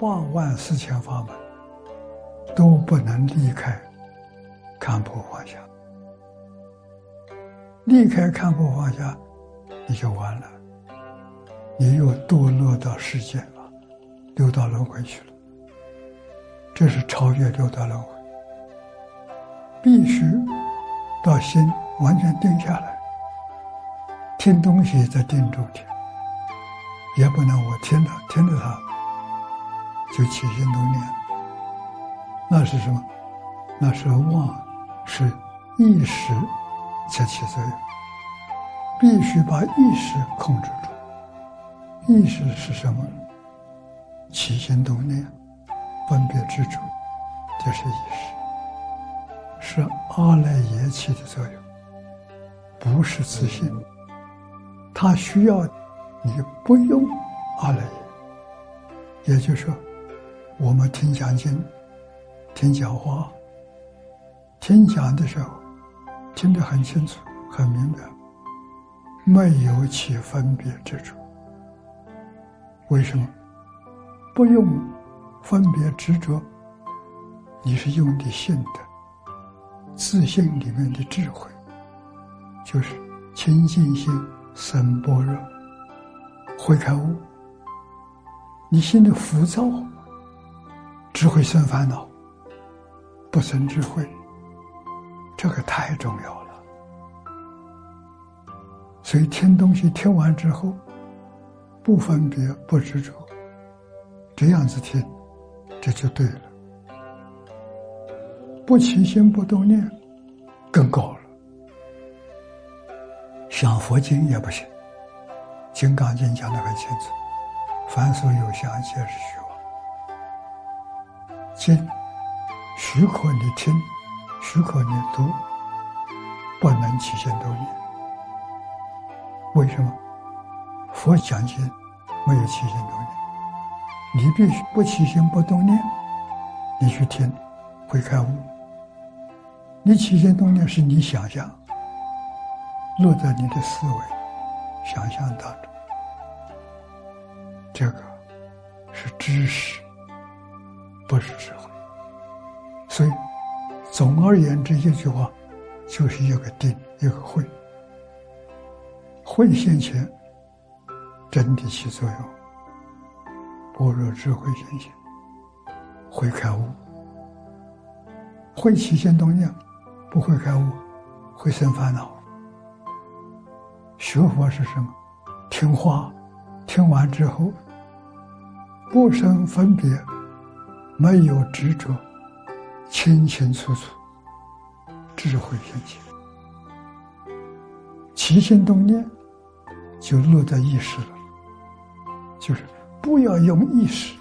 84000法门都不能离开看破放下。离开看破放下，你就完了，你又堕落到世间了，六道轮回去了。这是超越六道轮回，必须到心完全定下来，听东西在定中听，也不能我听了它就起心动念，那是什么？那是妄，是意识才起作用。必须把意识控制住。意识是什么？起心动念、分别执着，这是意识，是阿赖耶起的作用，不是自信。它需要你不用阿赖耶，也就是说，我们听讲经、听讲话、听讲的时候，听得很清楚、很明白，没有起分别执着。为什么？不用分别执着，你是用你性的自信里面的智慧，就是清净心生般若，会开悟。你心里浮躁，只会生烦恼，不生智慧，这个太重要了。所以听东西听完之后，不分别不执着，这样子听，这就对了。不起心不动念，更高了。想佛经也不行，《金刚经》讲得很清楚，凡所有相，皆是虚妄。经许可你听，许可你读，不能起心动念。为什么？佛讲经没有起心动念，你必须不起心不动念，你去听会开悟。你起心动念是你想象，落在你的思维想象当中，这个是知识，不是智慧。所以总而言之，一句话就是一个定，一个慧。慧现前，真谛起作用，般若智慧现前，会开悟。会起心动念，不会开悟，会生烦恼。学佛是什么？听话，听完之后不生分别，没有执着，清清楚楚，智慧现前。起心动念就落在意识了，就是不要用意识，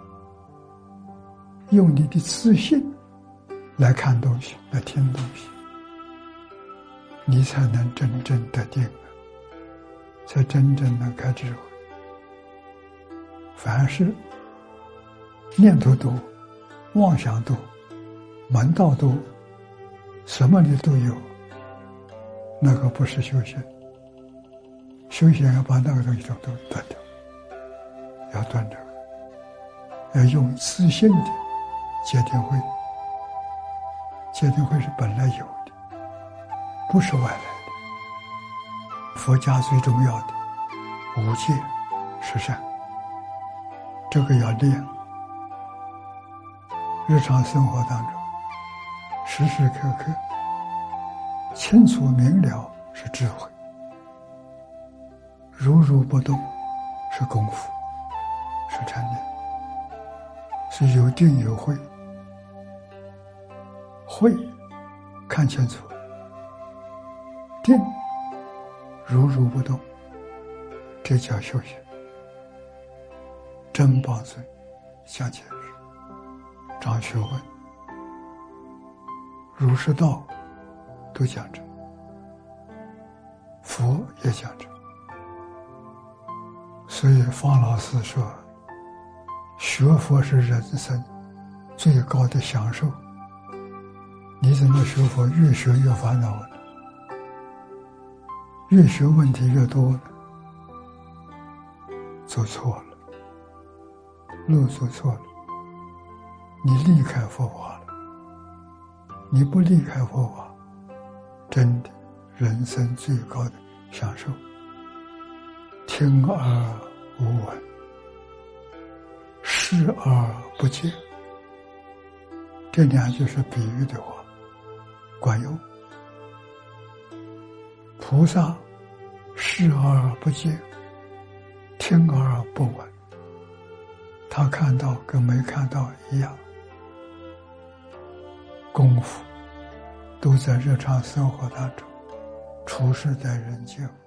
用你的自信来看东西，来听东西，你才能真正得定，才真正能开智慧。凡是念头多、妄想多、门道多，什么你都有，那个不是修行。修行要把那个东西都断掉，要断这个，要用自信的戒定慧。戒定慧是本来有的，不是外来的。佛家最重要的五戒十善，这个要练。日常生活当中，时时刻刻清楚明了是智慧，如如不动是功夫，是禅定，是有定有慧。慧看清楚，定如如不动，这叫修行。真宝尊向前说，张学问、儒释道都讲这，佛也讲这。所以方老师说，学佛是人生最高的享受。你怎么学佛越学越烦恼呢？越学问题越多呢？走错了，路走错了。 你离开佛法了。你不离开佛法，真的人生最高的享受，听而无闻，视而不见，这两句是比喻的话，管用。菩萨视而不见，听而不闻，他看到跟没看到一样，功夫都在日常生活当中，处事在人间。